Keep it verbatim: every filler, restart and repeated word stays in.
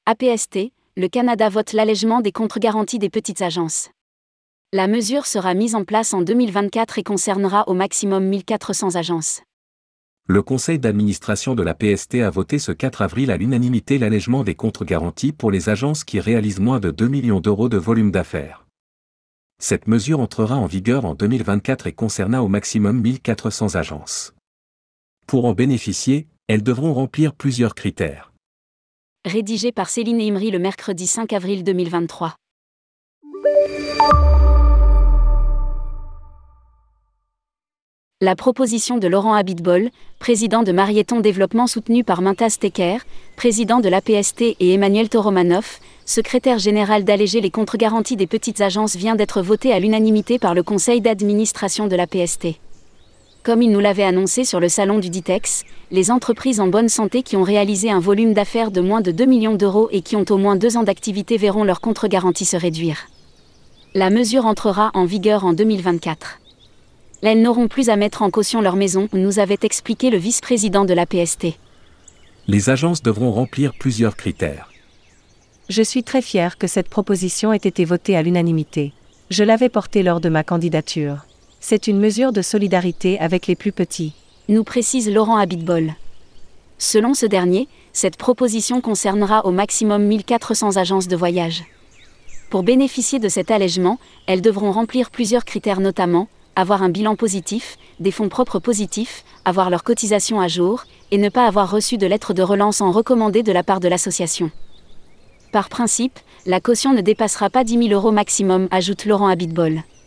A P S T, le Canada vote l'allègement des contre-garanties des petites agences. La mesure sera mise en place en deux mille vingt-quatre et concernera au maximum mille quatre cents agences. Le conseil d'administration de la P S T a voté ce quatre avril à l'unanimité l'allègement des contre-garanties pour les agences qui réalisent moins de deux millions d'euros de volume d'affaires. Cette mesure entrera en vigueur en deux mille vingt-quatre et concernera au maximum mille quatre cents agences. Pour en bénéficier, elles devront remplir plusieurs critères. Rédigé par Céline Imri le mercredi cinq avril deux mille vingt-trois. La proposition de Laurent Abitbol, président de Marieton Développement soutenu par Mintas Tecker, président de l'A P S T et Emmanuel Toromanov, secrétaire général d'alléger les contre-garanties des petites agences vient d'être voté à l'unanimité par le conseil d'administration de l'A P S T. Comme il nous l'avait annoncé sur le salon du Ditex, les entreprises en bonne santé qui ont réalisé un volume d'affaires de moins de deux millions d'euros et qui ont au moins deux ans d'activité verront leur contre-garantie se réduire. La mesure entrera en vigueur en deux mille vingt-quatre. Elles n'auront plus à mettre en caution leur maison, nous avait expliqué le vice-président de l'A P S T. Les agences devront remplir plusieurs critères. Je suis très fier que cette proposition ait été votée à l'unanimité. Je l'avais portée lors de ma candidature. C'est une mesure de solidarité avec les plus petits, nous précise Laurent Abitbol. Selon ce dernier, cette proposition concernera au maximum mille quatre cents agences de voyage. Pour bénéficier de cet allègement, elles devront remplir plusieurs critères, notamment avoir un bilan positif, des fonds propres positifs, avoir leur cotisation à jour, et ne pas avoir reçu de lettre de relance en recommandé de la part de l'association. Par principe, la caution ne dépassera pas dix mille euros maximum, ajoute Laurent Abitbol.